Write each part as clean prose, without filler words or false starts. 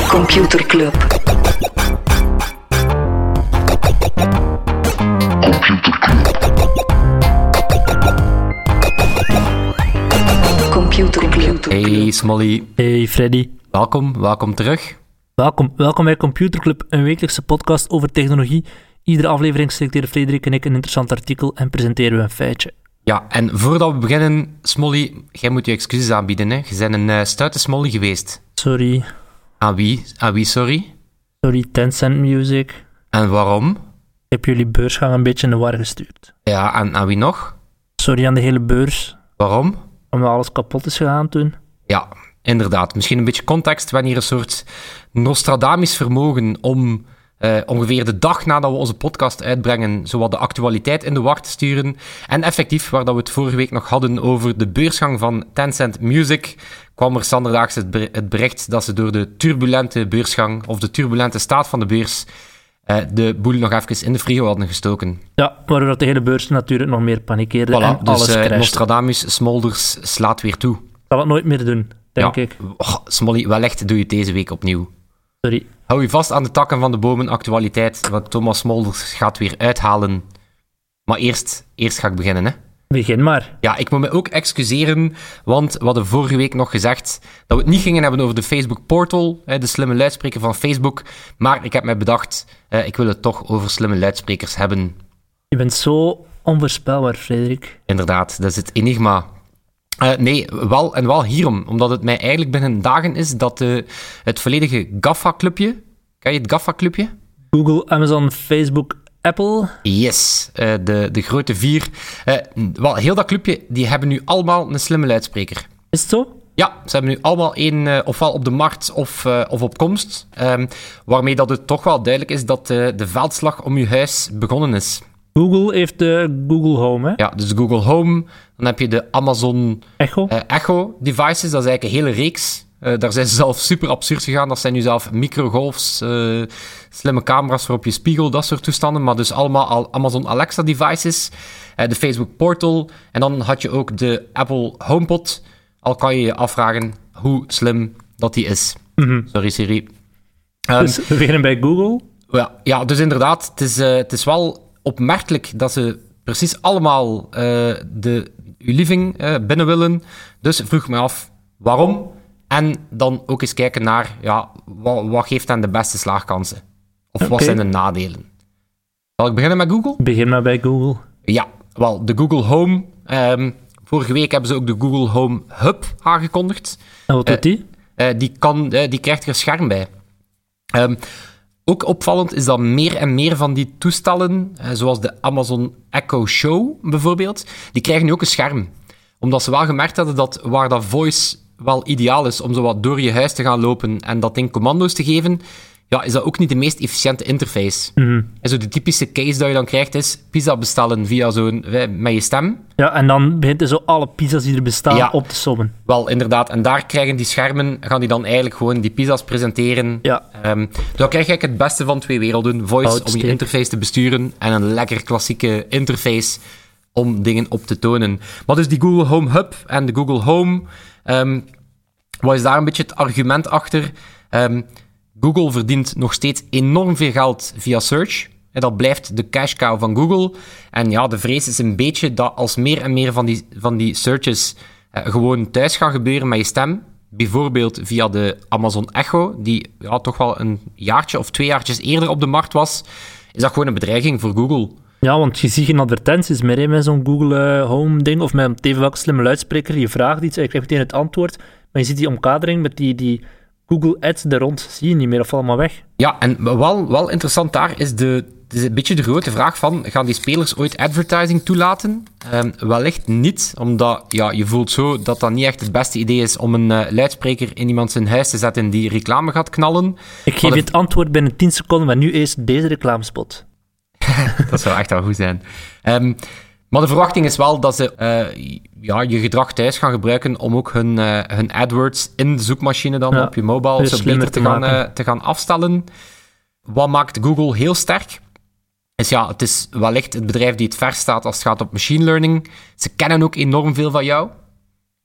Computer Club. Computer Club. Hey Smolly. Hey Freddy. Welkom terug. Welkom bij Computer Club, een wekelijkse podcast over technologie. Iedere aflevering selecteren Frederik en ik een interessant artikel en presenteren we een feitje. Ja, en voordat we beginnen, Smolly, jij moet je excuses aanbieden, hè. Je bent een stoute Smolly geweest. Sorry. Aan wie, sorry? Sorry, Tencent Music. En waarom? Ik heb jullie beursgang een beetje in de war gestuurd. Ja, en aan wie nog? Sorry aan de hele beurs, Waarom? omdat alles kapot is gegaan toen. Ja, inderdaad. Misschien een beetje context. We hebben hier een soort Nostradamus vermogen om ongeveer de dag nadat we onze podcast uitbrengen, zowat de actualiteit in de war te sturen. En effectief, waar dat we het vorige week nog hadden over de beursgang van Tencent Music, kwam er standaardaags het bericht dat ze door de turbulente beursgang, of de turbulente staat van de beurs, de boel nog even in de frigo hadden gestoken. Ja, waardoor de hele beurs natuurlijk nog meer panikeerde en Dus alles crashte. Nostradamus Smolders slaat weer toe. Ik zal het nooit meer doen, denk ik. Smolly, wellicht doe je het deze week opnieuw. Sorry. Hou je vast aan de takken van de bomen, actualiteit, wat Thomas Smolders gaat weer uithalen. Maar eerst ga ik beginnen, hè. Begin maar. Ja, ik moet me ook excuseren, want we hadden vorige week nog gezegd dat we het niet gingen hebben over de Facebook Portal, de slimme luidspreker van Facebook, maar ik heb mij bedacht, ik wil het toch over slimme luidsprekers hebben. Je bent zo onvoorspelbaar, Frederik. Inderdaad, dat is het enigma. Nee, wel hierom, omdat het mij eigenlijk binnen dagen is dat het volledige GAFA-clubje, ken je het GAFA-clubje? Google, Amazon, Facebook, Apple. Yes, de grote vier. Heel dat clubje, die hebben nu allemaal een slimme luidspreker. Is het zo? Ja, ze hebben nu allemaal één, ofwel op de markt of op komst, waarmee dat het toch wel duidelijk is dat de veldslag om je huis begonnen is. Google heeft de Google Home, hè? Ja, dus de Google Home, dan heb je de Amazon Echo. devices, dat is eigenlijk een hele reeks. Daar zijn ze zelf super absurd gegaan. Dat zijn nu zelf microgolfs, slimme camera's voor op je spiegel, dat soort toestanden. Maar dus allemaal Amazon Alexa devices, de Facebook Portal. En dan had je ook de Apple HomePod. Al kan je je afvragen hoe slim dat die is. Mm-hmm. Sorry Siri. Dus we beginnen bij Google. Ja, dus inderdaad, het is wel opmerkelijk dat ze precies allemaal uw living binnen willen. Dus vroeg me af, waarom? En dan ook eens kijken naar, ja, wat geeft hen de beste slaagkansen? Of wat zijn de nadelen? Zal ik beginnen met Google? Begin maar bij Google. Ja, wel, de Google Home. Vorige week hebben ze ook de Google Home Hub aangekondigd. En wat doet die? Die krijgt er een scherm bij. Ook opvallend is dat meer en meer van die toestellen, zoals de Amazon Echo Show bijvoorbeeld, die krijgen nu ook een scherm. Omdat ze wel gemerkt hadden dat waar dat voice wel ideaal is om zo wat door je huis te gaan lopen en dat ding commando's te geven, ja, is dat ook niet de meest efficiënte interface. Mm-hmm. En zo de typische case dat je dan krijgt is pizza bestellen via met je stem. Ja, en dan begint er zo alle pizza's die er bestaan op te sommen. Wel, inderdaad. En daar krijgen die schermen, gaan die dan eigenlijk gewoon die pizza's presenteren. Ja. Dan krijg je eigenlijk het beste van twee werelden. Voice om je interface te besturen en een lekker klassieke interface om dingen op te tonen. Maar dus die Google Home Hub en de Google Home, wat is daar een beetje het argument achter? Google verdient nog steeds enorm veel geld via search. En dat blijft de cash cow van Google. En ja, de vrees is een beetje dat als meer en meer van die searches gewoon thuis gaan gebeuren met je stem, bijvoorbeeld via de Amazon Echo, die ja, toch wel een jaartje of 2 jaartjes eerder op de markt was, is dat gewoon een bedreiging voor Google. Ja, want je ziet geen advertenties meer hè, met zo'n Google Home-ding, of met even welke slimme luidspreker. Je vraagt iets en je krijgt meteen het antwoord, maar je ziet die omkadering met die Google Ads er rond, zie je niet meer, of allemaal weg. Ja, en wel interessant daar is het is een beetje de grote vraag van, gaan die spelers ooit advertising toelaten? Wellicht niet, omdat ja, je voelt zo dat dat niet echt het beste idee is om een luidspreker in iemand zijn huis te zetten die reclame gaat knallen. Ik geef je het antwoord binnen 10 seconden, maar nu eerst deze reclamespot. Dat zou echt wel goed zijn. Maar de verwachting is wel dat ze je gedrag thuis gaan gebruiken om ook hun AdWords in de zoekmachine dan op je mobile zo beter te gaan afstellen. Wat maakt Google heel sterk? Dus ja, het is wellicht het bedrijf die het verst staat als het gaat op machine learning. Ze kennen ook enorm veel van jou.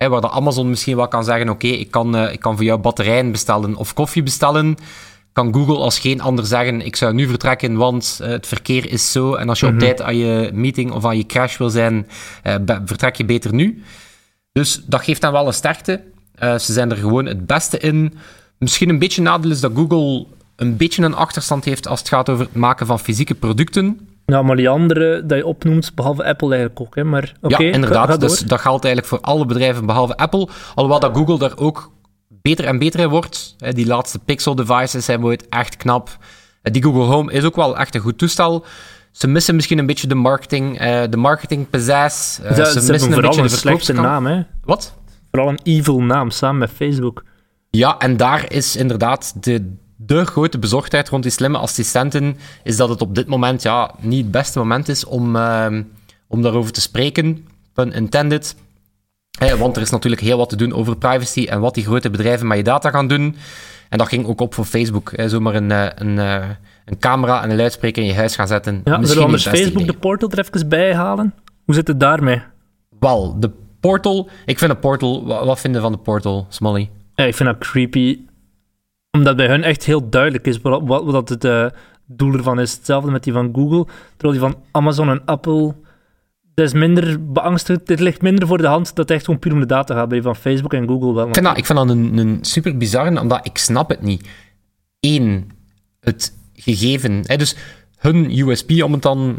waar de Amazon misschien wel kan zeggen, oké, ik kan voor jou batterijen bestellen of koffie bestellen, kan Google als geen ander zeggen, ik zou nu vertrekken, want het verkeer is zo, en als je op tijd aan je meeting of aan je crash wil zijn, vertrek je beter nu. Dus dat geeft dan wel een sterkte. Ze zijn er gewoon het beste in. Misschien een beetje nadeel is dat Google een beetje een achterstand heeft als het gaat over het maken van fysieke producten. Ja, maar die andere dat je opnoemt, behalve Apple eigenlijk ook. Hè? Maar, okay, ja, inderdaad. Dus dat geldt eigenlijk voor alle bedrijven behalve Apple. Alhoewel dat Google daar ook beter en beter in wordt. Die laatste Pixel-devices zijn ooit echt knap. Die Google Home is ook wel echt een goed toestel. Ze missen misschien een beetje de marketing pizzazz. Ze missen een beetje de slechte naam, hè? Wat? Vooral een evil naam, samen met Facebook. Ja, en daar is inderdaad de grote bezorgdheid rond die slimme assistenten, is dat het op dit moment niet het beste moment is om daarover te spreken. Pun intended. Want er is natuurlijk heel wat te doen over privacy en wat die grote bedrijven met je data gaan doen. En dat ging ook op voor Facebook. Zomaar een camera en een luidspreker in je huis gaan zetten. Ja, zullen we anders Facebook idee. De portal er even bij halen? Hoe zit het daarmee? Wel, de portal... Ik vind de portal... Wat vind je van de portal, Smolly? Ja, ik vind dat creepy. Omdat bij hun echt heel duidelijk is wat het doel ervan is. Hetzelfde met die van Google. Terwijl die van Amazon en Apple... Dat is minder beangstigend. Dit ligt minder voor de hand dat het echt gewoon puur om de data gaat. Bij die van Facebook en Google wel. Ik vind dat een super bizarre, omdat ik snap het niet. Eén, het gegeven. Dus hun USP, om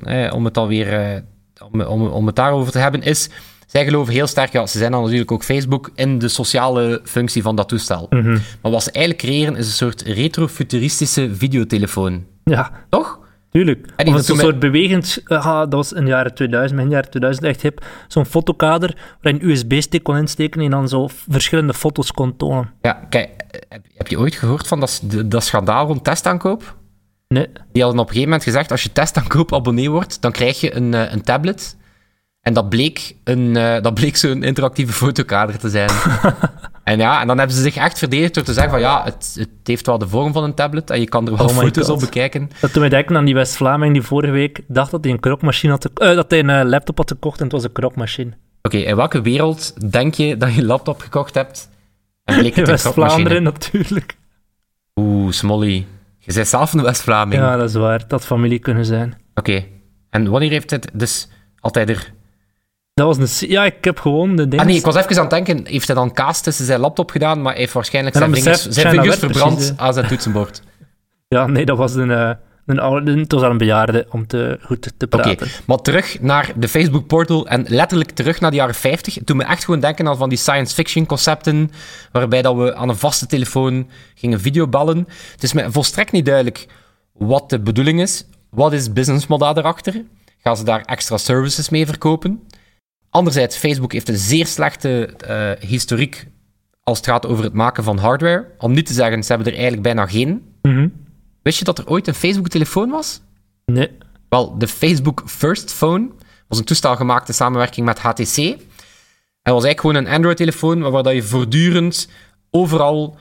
het daarover te hebben, is... Zij geloven heel sterk, ze zijn dan natuurlijk ook Facebook, in de sociale functie van dat toestel. Mm-hmm. Maar wat ze eigenlijk creëren, is een soort retrofuturistische videotelefoon. Ja. Toch? Tuurlijk. Of het is een soort bewegend... dat was in de jaren 2000, begin jaren 2000 echt hip. Zo'n fotokader waar je een USB-stick kon insteken en dan zo verschillende foto's kon tonen. Ja, kijk, heb je ooit gehoord van dat schandaal rond testaankoop? Nee. Die hadden op een gegeven moment gezegd, als je testaankoop abonnee wordt, dan krijg je een tablet... En dat bleek zo'n interactieve fotokader te zijn. En dan hebben ze zich echt verdedigd door te zeggen van het heeft wel de vorm van een tablet en je kan er wel foto's op bekijken. Dat toen we denken aan die West-Vlaming die vorige week dacht dat hij een krokmachine had dat hij een laptop had gekocht en het was een krokmachine. Oké, in welke wereld denk je dat je een laptop gekocht hebt en bleek het een West-Vlaanderen natuurlijk. Oeh, Smolly. Je bent zelf een West-Vlaming. Ja, dat is waar. Dat had familie kunnen zijn. Oké. En wanneer heeft het dus altijd er... Dat was ik heb gewoon de dingen... nee, ik was even aan het denken, heeft hij dan kaas tussen zijn laptop gedaan, maar hij heeft waarschijnlijk zijn vingers verbrand aan zijn toetsenbord. Ja, nee, dat was het was al een bejaarde om goed te praten. Oké, maar terug naar de Facebook portal en letterlijk terug naar de jaren 50. Toen we echt gewoon denken aan van die science fiction concepten, waarbij dat we aan een vaste telefoon gingen videobellen. Het is mij volstrekt niet duidelijk wat de bedoeling is. Wat is het businessmodel erachter? Gaan ze daar extra services mee verkopen? Anderzijds, Facebook heeft een zeer slechte historiek als het gaat over het maken van hardware. Om niet te zeggen, ze hebben er eigenlijk bijna geen. Mm-hmm. Wist je dat er ooit een Facebook-telefoon was? Nee. Wel, de Facebook First Phone was een toestel gemaakt in samenwerking met HTC. En was eigenlijk gewoon een Android-telefoon waar je voortdurend overal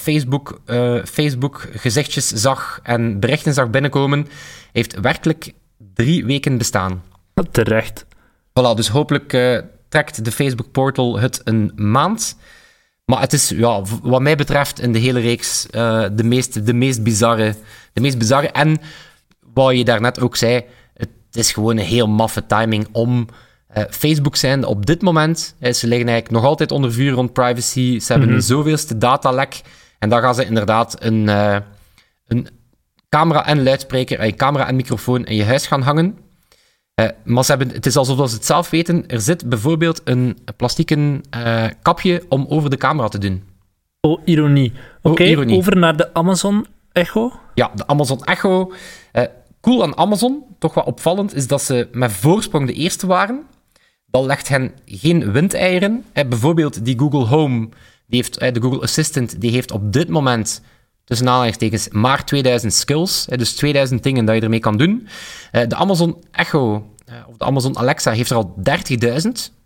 Facebook-gezichtjes zag en berichten zag binnenkomen. Heeft werkelijk 3 weken bestaan. Terecht. Voilà, dus hopelijk trekt de Facebook Portal het een maand. Maar het is, wat mij betreft, in de hele reeks de meest bizarre. En wat je daarnet ook zei, het is gewoon een heel maffe timing om Facebook zijn op dit moment. Ze liggen eigenlijk nog altijd onder vuur rond privacy. Ze hebben een zoveelste datalek. En dan gaan ze inderdaad een camera en luidspreker, een camera en microfoon in je huis gaan hangen. Maar het is alsof ze het zelf weten. Er zit bijvoorbeeld een plastieken kapje om over de camera te doen. Oh, ironie. Oké, over naar de Amazon Echo. Ja, de Amazon Echo. Cool aan Amazon, toch wat opvallend, is dat ze met voorsprong de eerste waren. Dat legt hen geen windeieren. Bijvoorbeeld die Google Home, de Google Assistant, die heeft op dit moment... tussen aanhalingstekens, maar 2000 skills. Dus 2000 dingen dat je ermee kan doen. De Amazon Echo, of de Amazon Alexa, heeft er al 30.000.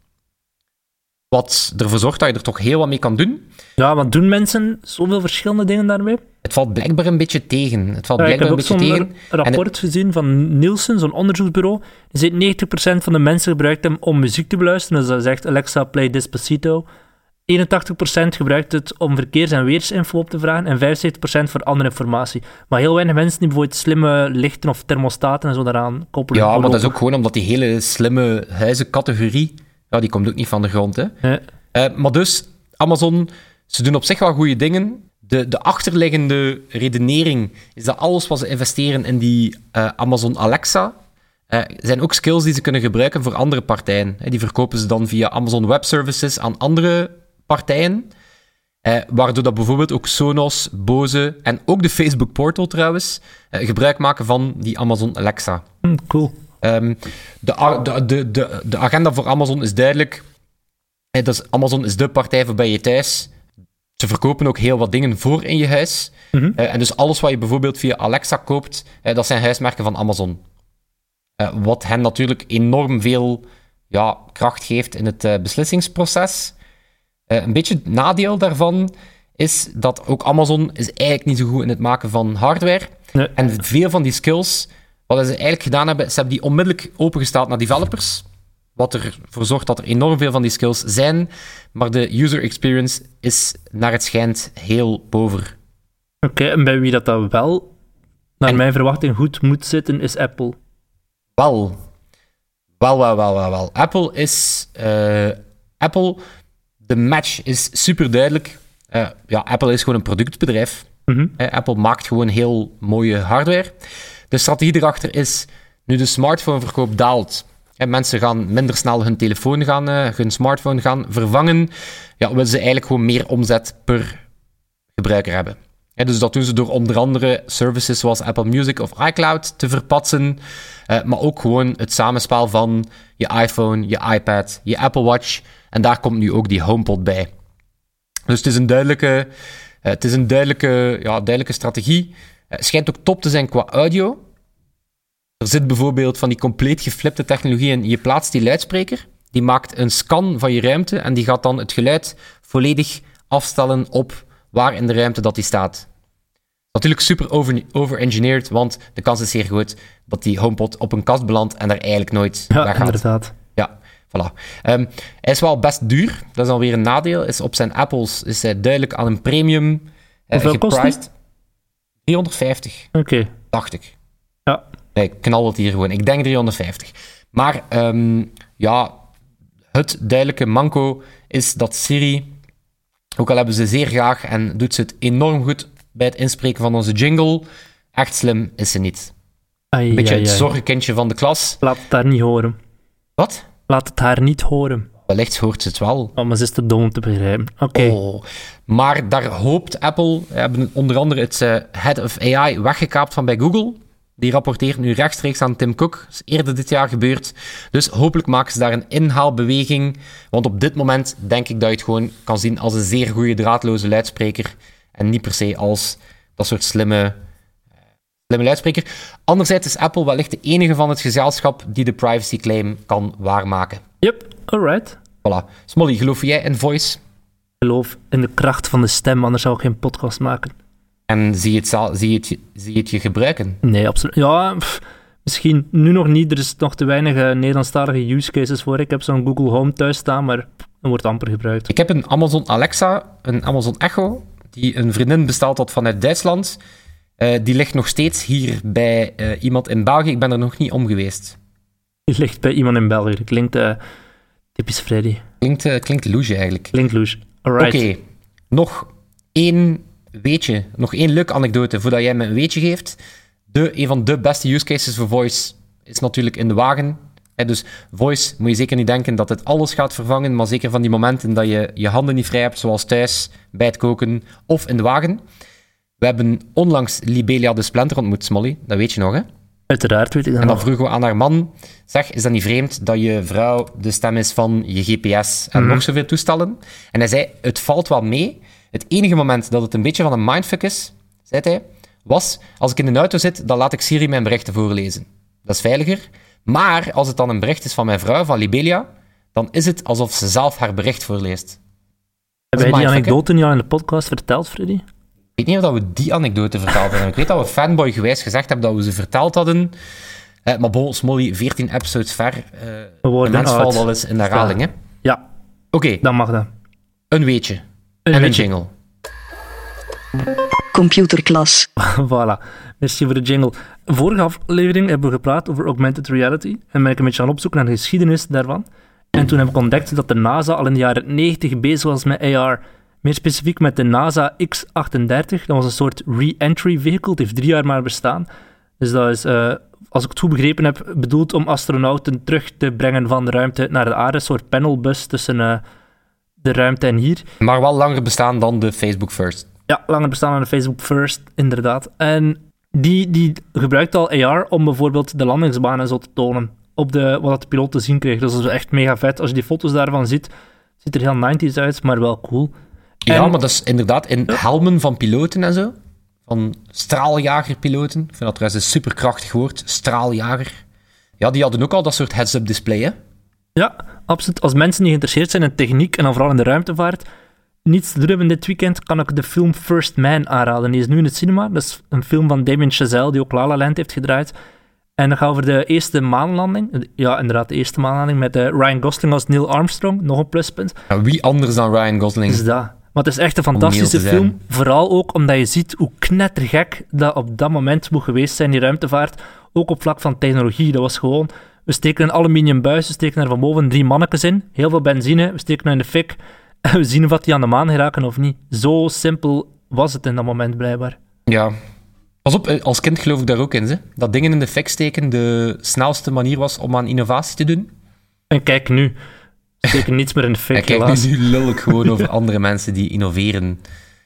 Wat ervoor zorgt dat je er toch heel wat mee kan doen. Ja, maar doen mensen zoveel verschillende dingen daarmee? Het valt blijkbaar een beetje tegen. Ik heb ook zo'n rapport gezien van Nielsen, zo'n onderzoeksbureau. Die zegt 90% van de mensen gebruikt hem om muziek te beluisteren. Dus dat zegt Alexa, play Despacito. 81% gebruikt het om verkeers- en weersinfo op te vragen en 75% voor andere informatie. Maar heel weinig mensen die bijvoorbeeld slimme lichten of thermostaten en zo daaraan koppelen. Ja, maar dat is ook gewoon omdat die hele slimme huizencategorie, ja, die komt ook niet van de grond, hè. Ja. Maar dus, Amazon, ze doen op zich wel goede dingen. De achterliggende redenering is dat alles wat ze investeren in die Amazon Alexa, zijn ook skills die ze kunnen gebruiken voor andere partijen. Die verkopen ze dan via Amazon Web Services aan andere partijen. Waardoor dat bijvoorbeeld ook Sonos, Bose en ook de Facebook Portal trouwens gebruik maken van die Amazon Alexa. Cool. De agenda voor Amazon is duidelijk. Dus Amazon is de partij voor bij je thuis. Ze verkopen ook heel wat dingen voor in je huis. Mm-hmm. En dus alles wat je bijvoorbeeld via Alexa koopt, dat zijn huismerken van Amazon. Wat hen natuurlijk enorm veel kracht geeft in het beslissingsproces. Een beetje het nadeel daarvan is dat ook Amazon is eigenlijk niet zo goed in het maken van hardware. Nee. En veel van die skills, wat ze eigenlijk gedaan hebben, ze hebben die onmiddellijk opengesteld naar developers. Wat ervoor zorgt dat er enorm veel van die skills zijn. Maar de user experience is, naar het schijnt, heel pover. Oké, en bij wie dat wel, naar mijn verwachting, goed moet zitten, is Apple. Wel. Apple is... Apple, de match is super duidelijk. Apple is gewoon een productbedrijf. Mm-hmm. Apple maakt gewoon heel mooie hardware. De strategie erachter is, nu de smartphoneverkoop daalt, en mensen gaan minder snel hun smartphone gaan vervangen, willen ze eigenlijk gewoon meer omzet per gebruiker hebben. Dus dat doen ze door onder andere services zoals Apple Music of iCloud te verpatsen, maar ook gewoon het samenspel van je iPhone, je iPad, je Apple Watch, en daar komt nu ook die HomePod bij. Dus het is een duidelijke strategie. Het schijnt ook top te zijn qua audio. Er zit bijvoorbeeld van die compleet geflipte technologie in. Je plaatst die luidspreker, die maakt een scan van je ruimte en die gaat dan het geluid volledig afstellen op waar in de ruimte dat die staat. Natuurlijk super over-engineered, want de kans is zeer groot dat die HomePod op een kast belandt en daar eigenlijk nooit weggaat. Ja, inderdaad. Ja, voilà. Hij is wel best duur, dat is alweer een nadeel. Op zijn Apples is hij duidelijk aan een premium Hoeveel kost die? $350. Oké. Dacht ik. Ja. Nee, knal het hier gewoon. Ik denk 350. Maar het duidelijke manco is dat Siri, ook al hebben ze zeer graag en doet ze het enorm goed bij het inspreken van onze jingle, echt slim is ze niet. Een beetje het zorgenkindje van de klas. Laat het haar niet horen. Wat? Laat het haar niet horen. Wellicht hoort ze het wel. Oh, maar ze is te dom om te begrijpen. Oké. Oh. Maar daar hoopt Apple, we hebben onder andere het Head of AI weggekaapt van bij Google. Die rapporteert nu rechtstreeks aan Tim Cook. Dat is eerder dit jaar gebeurd. Dus hopelijk maken ze daar een inhaalbeweging. Want op dit moment denk ik dat je het gewoon kan zien als een zeer goede draadloze luidspreker. En niet per se als dat soort slimme luidspreker. Anderzijds is Apple wellicht de enige van het gezelschap die de privacy claim kan waarmaken. Yep, alright. Voilà. Smolly, geloof jij in voice? Ik geloof in de kracht van de stem, anders zou ik geen podcast maken. En zie je het je gebruiken? Nee, absoluut. Ja, misschien nu nog niet. Er is nog te weinig Nederlandstalige use cases voor. Ik heb zo'n Google Home thuis staan, maar dat wordt amper gebruikt. Ik heb een Amazon Alexa, een Amazon Echo, die een vriendin besteld had vanuit Duitsland. Die ligt nog steeds hier bij iemand in België. Ik ben er nog niet om geweest. Die ligt bij iemand in België. Klinkt typisch Freddy. Klinkt louche eigenlijk. Klinkt louche. Alright. Oké, nog één weetje. Nog één leuke anekdote voordat jij me een weetje geeft. Een van de beste use cases voor voice is natuurlijk in de wagen. Dus voice moet je zeker niet denken dat het alles gaat vervangen, maar zeker van die momenten dat je je handen niet vrij hebt, zoals thuis, bij het koken of in de wagen. We hebben onlangs Libelia de Splinter ontmoet, Smolly. Dat weet je nog, hè? Uiteraard weet ik dat En dan nog. vroegen we aan haar man, zeg, is dat niet vreemd dat je vrouw de stem is van je GPS en nog zoveel toestellen? En hij zei, het valt wel mee. Het enige moment dat het een beetje van een mindfuck is, zei hij, was, als ik in de auto zit, dan laat ik Siri mijn berichten voorlezen. Dat is veiliger. Maar als het dan een bericht is van mijn vrouw, van Libelia, dan is het alsof ze zelf haar bericht voorleest. Heb jij die anekdote niet al in de podcast verteld, Freddy? Ik weet niet of we die anekdote verteld hebben. Ik weet dat we fanboy-gewijs gezegd hebben dat we ze verteld hadden. Maar bon, Smolly, 14 episodes ver. De mens valt wel eens in de herhaling, hè? Ja. Oké. Dan mag dat. Een weetje. En een jingle. Computerklas. Voilà, merci voor de jingle. Vorige aflevering hebben we gepraat over augmented reality en ben ik een beetje gaan opzoeken naar de geschiedenis daarvan. En toen heb ik ontdekt dat de NASA al in de jaren 90 bezig was met AR. Meer specifiek met de NASA X-38. Dat was een soort re-entry vehicle. Het heeft 3 jaar maar bestaan. Dus dat is, als ik het goed begrepen heb, bedoeld om astronauten terug te brengen van de ruimte naar de aarde. Een soort panelbus tussen de ruimte en hier. Maar wel langer bestaan dan de Facebook First. Ja, langer bestaan dan de Facebook First, inderdaad. En die gebruikt al AR om bijvoorbeeld de landingsbanen zo te tonen. Op wat de piloot te zien kreeg. Dus dat is echt mega vet. Als je die foto's daarvan ziet, ziet er heel 90s uit, maar wel cool. Ja, maar dat is inderdaad in helmen van piloten en zo. Van straaljagerpiloten. Ik vind dat trouwens een superkrachtig woord. Straaljager. Ja, die hadden ook al dat soort heads-up display, hè? Ja, absoluut. Als mensen die geïnteresseerd zijn in techniek en dan vooral in de ruimtevaart, niets te doen hebben dit weekend, kan ik de film First Man aanraden. Die is nu in het cinema. Dat is een film van Damien Chazelle, die ook La La Land heeft gedraaid. En dat gaat over de eerste maanlanding. Ja, inderdaad, de eerste maanlanding met Ryan Gosling als Neil Armstrong. Nog een pluspunt. Ja, wie anders dan Ryan Gosling? Is dat. Maar het is echt een fantastische film. Vooral ook omdat je ziet hoe knettergek dat op dat moment moet geweest zijn, die ruimtevaart. Ook op vlak van technologie. Dat was gewoon, we steken een aluminium buis, we steken er van boven 3 mannetjes in. Heel veel benzine, we steken in de fik. En we zien of die aan de maan geraken of niet. Zo simpel was het in dat moment blijkbaar. Ja. Pas op, als kind geloof ik daar ook in, hè? Dat dingen in de fik steken de snelste manier was om aan innovatie te doen. En kijk nu. Steken niets meer in de fik, kijk, nu lul ik gewoon over andere mensen die innoveren.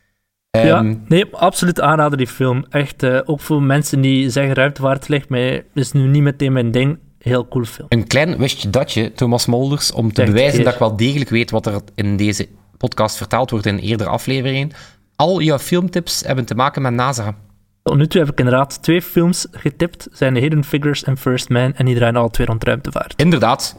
Ja, nee, absoluut aanraden die film. Echt, ook voor mensen die zeggen ruimtevaart ligt mij, is nu niet meteen mijn ding. Heel cool film. Een klein wistje datje, Thomas Molders, om te bewijzen dat ik wel degelijk weet wat er in deze podcast verteld wordt in eerdere afleveringen. Al jouw filmtips hebben te maken met NASA. Tot nu toe heb ik inderdaad 2 films getipt. Zijn de Hidden Figures en First Man. En die draaien alle 2 rond ruimtevaart. Inderdaad,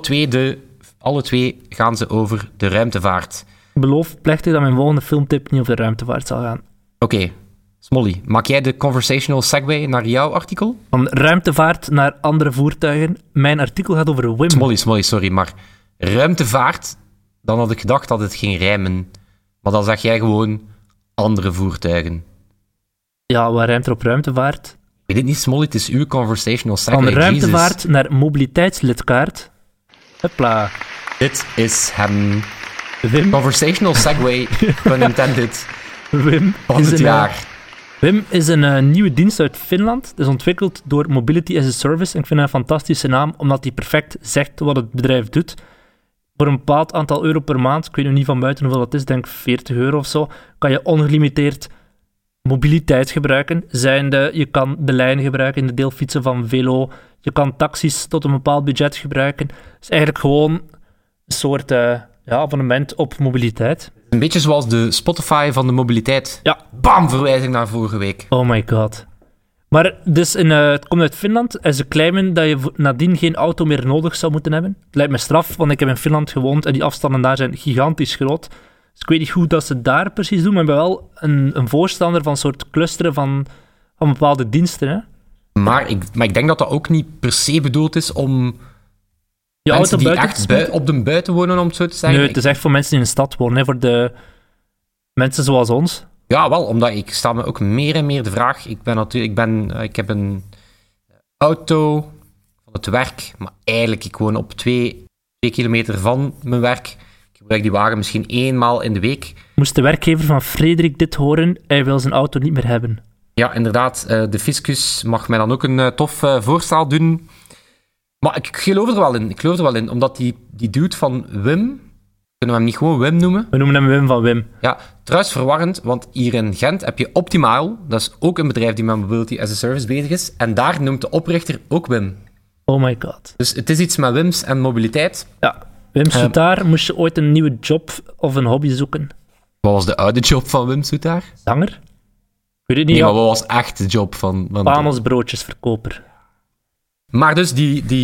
alle twee gaan ze over de ruimtevaart. Ik beloof plechtig dat mijn volgende filmtip niet over de ruimtevaart zal gaan. Oké. Smolly, maak jij de conversational segue naar jouw artikel? Van ruimtevaart naar andere voertuigen. Mijn artikel gaat over Wim. Smolly, sorry, maar ruimtevaart, dan had ik gedacht dat het ging rijmen. Maar dan zeg jij gewoon andere voertuigen. Ja, wat rijmt er op ruimtevaart? Ik weet het niet, Smolly, het is uw conversational segue. Van ruimtevaart naar mobiliteitslidkaart. Hopla. Dit is hem. Wim. Conversational segue, pun intended. Wim van het jaar. Wim is een nieuwe dienst uit Finland. Het is ontwikkeld door Mobility as a Service. En ik vind dat een fantastische naam, omdat hij perfect zegt wat het bedrijf doet. Voor een bepaald aantal euro per maand, ik weet nog niet van buiten hoeveel dat is, denk €40 of zo, kan je ongelimiteerd mobiliteit gebruiken. Je kan de lijn gebruiken in de deelfietsen van Velo. Je kan taxis tot een bepaald budget gebruiken. Het is eigenlijk gewoon een soort abonnement op mobiliteit. Een beetje zoals de Spotify van de mobiliteit. Ja. Bam, verwijzing naar vorige week. Oh my god. Maar dus het komt uit Finland en ze claimen dat je nadien geen auto meer nodig zou moeten hebben. Het lijkt me straf, want ik heb in Finland gewoond en die afstanden daar zijn gigantisch groot. Dus ik weet niet hoe dat ze daar precies doen, maar ik ben wel een voorstander van een soort clusteren van bepaalde diensten. Hè? Maar ik denk dat dat ook niet per se bedoeld is om je mensen auto die echt op de buiten wonen, om het zo te zeggen. Nee, het is echt voor mensen die in de stad wonen, hè, voor de mensen zoals ons. Ja, wel, omdat ik sta me ook meer en meer de vraag. Ik heb een auto van het werk, maar eigenlijk, ik woon op 2 kilometer van mijn werk. Ik gebruik die wagen misschien 1 maal in de week. Moest de werkgever van Frederik dit horen, hij wil zijn auto niet meer hebben. Ja, inderdaad. De fiscus mag mij dan ook een tof voorstel doen. Maar ik geloof er wel in. Omdat die dude van Wim... Kunnen we hem niet gewoon Wim noemen? We noemen hem Wim van Wim. Ja, trouwens verwarrend, want hier in Gent heb je Optimile. Dat is ook een bedrijf die met Mobility as a Service bezig is. En daar noemt de oprichter ook Wim. Oh my god. Dus het is iets met Wims en mobiliteit. Ja. Wim Soetaar, moest je ooit een nieuwe job of een hobby zoeken? Wat was de oude job van Wim Soetaar? Zanger? Ik weet het niet. Nee, maar wat was echt de job van Panosbroodjesverkoper. Maar dus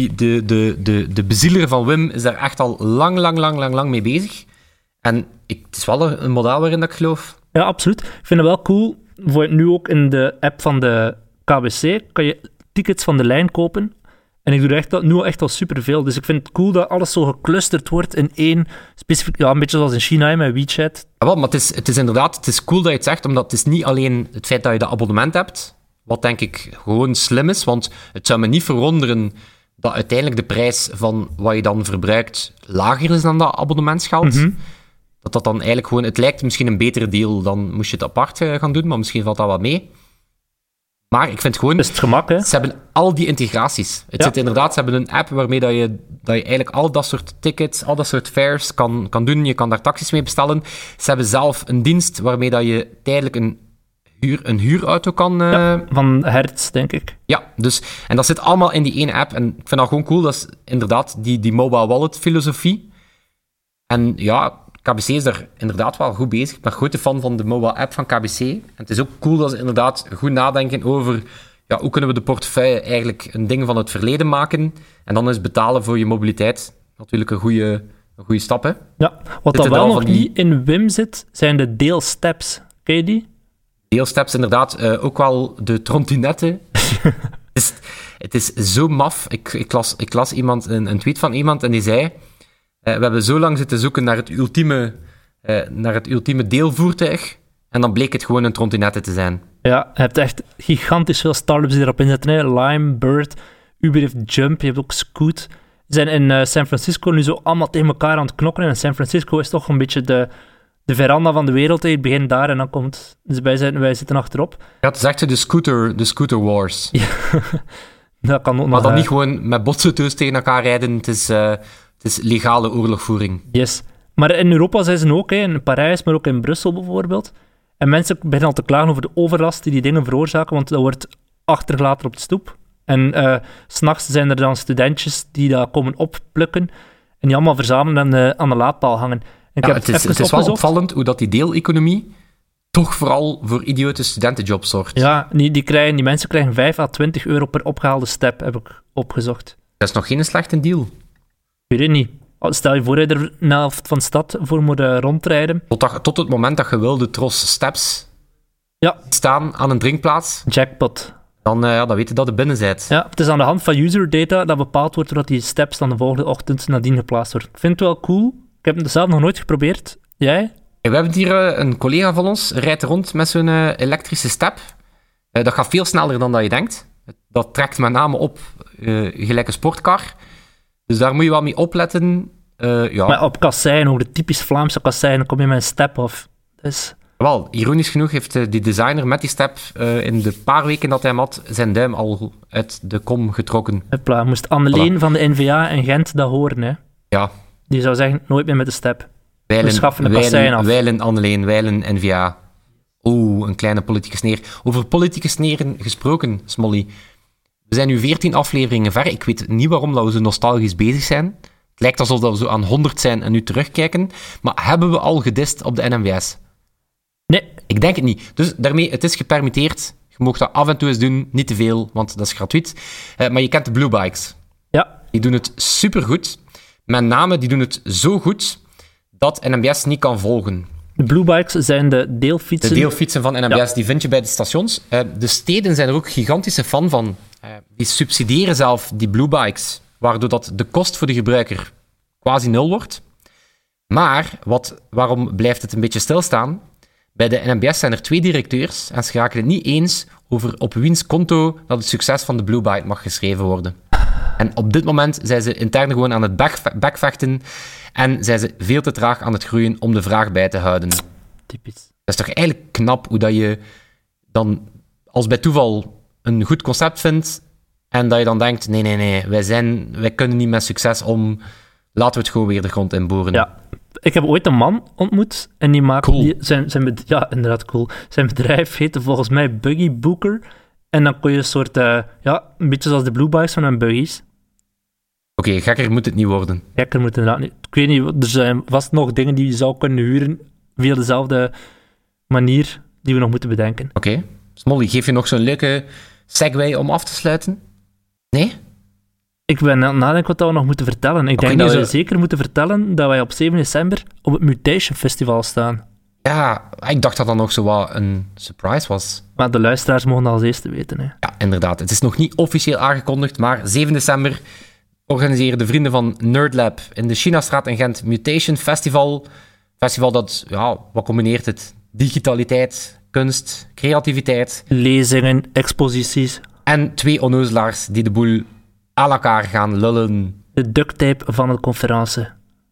de bezieler van Wim is daar echt al lang mee bezig. En het is wel een model waarin dat ik geloof. Ja, absoluut. Ik vind het wel cool. Voor nu ook in de app van de KBC kan je tickets van de lijn kopen. En ik doe nu echt al superveel. Dus ik vind het cool dat alles zo geclusterd wordt in één specifiek... Ja, een beetje zoals in China met WeChat. Ja, wel, maar het is inderdaad... Het is cool dat je het zegt, omdat het is niet alleen het feit dat je dat abonnement hebt, wat denk ik gewoon slim is, want het zou me niet verwonderen dat uiteindelijk de prijs van wat je dan verbruikt lager is dan dat abonnementsgeld. Mm-hmm. Dat dan eigenlijk gewoon... Het lijkt misschien een betere deal, dan moest je het apart gaan doen, maar misschien valt dat wel mee. Maar ik vind gewoon... Dat is het gemak, hè? Ze hebben al die integraties. Het zit inderdaad... Ze hebben een app waarmee dat je eigenlijk al dat soort tickets, al dat soort fares kan doen. Je kan daar taxis mee bestellen. Ze hebben zelf een dienst waarmee dat je tijdelijk een huurauto kan... van Hertz, denk ik. Ja, dus... En dat zit allemaal in die ene app. En ik vind dat gewoon cool. Dat is inderdaad die mobile wallet filosofie. En ja... KBC is daar inderdaad wel goed bezig. Ik ben grote fan van de mobile app van KBC. En het is ook cool dat ze inderdaad goed nadenken over hoe kunnen we de portefeuille eigenlijk een ding van het verleden maken. En dan is betalen voor je mobiliteit natuurlijk een goede stap. Hè? Ja, wat dan wel nog niet in Wim zit, zijn de deelsteps. Ken je die? Deelsteps, inderdaad. Ook wel de trontinetten. Het is zo maf. Ik las een tweet van iemand en die zei... we hebben zo lang zitten zoeken naar het ultieme deelvoertuig. En dan bleek het gewoon een trontinette te zijn. Ja, je hebt echt gigantisch veel startups die erop inzetten. Hè. Lime, Bird, Uber heeft Jump, je hebt ook Scoot. Ze zijn in San Francisco nu zo allemaal tegen elkaar aan het knokken. En San Francisco is toch een beetje de veranda van de wereld. Het begint daar en dan komt... Dus wij zitten achterop. Ja, het is echt de scooter wars. Ja. Dat kan ook maar dan niet gewoon met botsauto's tegen elkaar rijden. Het is legale oorlogvoering. Yes. Maar in Europa zijn ze ook, hè, in Parijs, maar ook in Brussel bijvoorbeeld. En mensen beginnen al te klagen over de overlast die dingen veroorzaken, want dat wordt achtergelaten op de stoep. En 's nachts zijn er dan studentjes die dat komen opplukken en die allemaal verzamelen en aan de laadpaal hangen. Het is wel opvallend hoe dat die deeleconomie toch vooral voor idiote studentenjobs zorgt. Ja, die mensen krijgen 5 à 20 euro per opgehaalde step, heb ik opgezocht. Dat is nog geen slechte deal. Ik weet het niet. Stel je voor dat je er een helft van de stad voor moet rondrijden. Tot het moment dat je wil de tros steps staan aan een drinkplaats. Jackpot. Dan weet je dat je binnen bent. Ja, het is aan de hand van user data dat bepaald wordt doordat die steps dan de volgende ochtend nadien geplaatst wordt. Ik vind het wel cool. Ik heb het zelf nog nooit geprobeerd. Jij? We hebben hier een collega van ons, rijdt rond met zo'n elektrische step. Dat gaat veel sneller dan dat je denkt. Dat trekt met name op gelijk een sportkar. Dus daar moet je wel mee opletten. Maar op kasseien, ook de typisch Vlaamse kasseien, dan kom je met een step af. Dus... Wel, ironisch genoeg heeft die designer met die step in de paar weken dat hij hem had, zijn duim al uit de kom getrokken. Hopla, moest Anneleen van de NVA in Gent dat horen, hè? Ja. Die zou zeggen, nooit meer met de step. We schaffen de kasseien af. Wijlen Anneleen, wijlen NVA. Oeh, een kleine politieke sneer. Over politieke sneren gesproken, Smolly. We zijn nu 14 afleveringen ver. Ik weet niet waarom dat we zo nostalgisch bezig zijn. Het lijkt alsof we zo aan 100 zijn en nu terugkijken. Maar hebben we al gedist op de NMBS? Nee. Ik denk het niet. Dus daarmee, het is gepermitteerd. Je mag dat af en toe eens doen. Niet te veel, want dat is gratuit. Maar je kent de Blue Bikes. Ja. Die doen het supergoed. Met name, die doen het zo goed dat NMBS niet kan volgen. De Blue Bikes zijn de deelfietsen. De deelfietsen van NMBS, die vind je bij de stations. De steden zijn er ook gigantische fan van. Die subsidiëren zelf die Blue Bikes, waardoor dat de kost voor de gebruiker quasi nul wordt. Maar, waarom blijft het een beetje stilstaan? Bij de NMBS zijn er 2 directeurs en ze raken het niet eens over op wiens konto dat het succes van de Blue Bike mag geschreven worden. En op dit moment zijn ze intern gewoon aan het backvechten en zijn ze veel te traag aan het groeien om de vraag bij te houden. Typisch. Dat is toch eigenlijk knap hoe dat je dan als bij toeval een goed concept vindt en dat je dan denkt, nee, wij kunnen niet met succes om, laten we het gewoon weer de grond inboren. Ja. Ik heb ooit een man ontmoet en die maakt... Cool. Ja, inderdaad cool. Zijn bedrijf heette volgens mij Buggy Booker. En dan kon je een soort... een beetje zoals de Blue Bikes van een buggies. Oké, gekker moet het niet worden. Gekker moet het inderdaad niet. Ik weet niet, er zijn vast nog dingen die je zou kunnen huren via dezelfde manier die we nog moeten bedenken. Oké. Smolly, geef je nog zo'n leuke segue om af te sluiten? Nee? Ik ben aan het nadenken wat we nog moeten vertellen. Ik denk dat we zeker moeten vertellen dat wij op 7 december op het Mutation Festival staan. Ja, ik dacht dat dat nog zo wat een surprise was. Maar de luisteraars mogen dat als eerste weten. Hè. Ja, inderdaad. Het is nog niet officieel aangekondigd, maar 7 december organiseren de vrienden van Nerdlab in de Chinastraat in Gent Mutation Festival. Festival dat, wat combineert het? Digitaliteit, kunst, creativiteit. Lezingen, exposities. En 2 onnozelaars die de boel aan elkaar gaan lullen. De ducttape van de conferentie.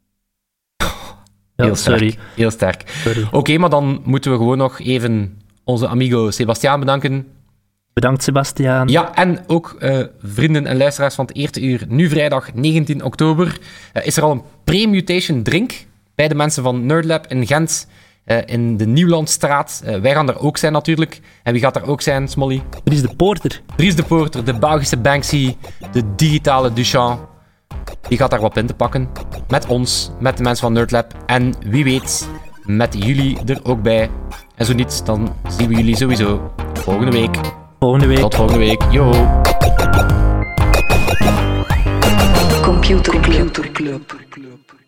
Heel sterk. Heel sterk. Oké, maar dan moeten we gewoon nog even onze amigo Sebastiaan bedanken. Bedankt, Sebastiaan. Ja, en ook vrienden en luisteraars van het eerste uur. Nu vrijdag 19 oktober is er al een pre-mutation drink bij de mensen van Nerdlab in Gent. In de Nieuwlandstraat. Wij gaan daar ook zijn natuurlijk. En wie gaat daar ook zijn, Smolly? Dries de Poorter. Dries de Poorter, de Belgische Banksy, de digitale Duchamp. Die gaat daar wat in te pakken. Met ons, met de mensen van Nerdlab. En wie weet, met jullie er ook bij. En zo niet, dan zien we jullie sowieso volgende week. Tot volgende week. Yo. Computer Club.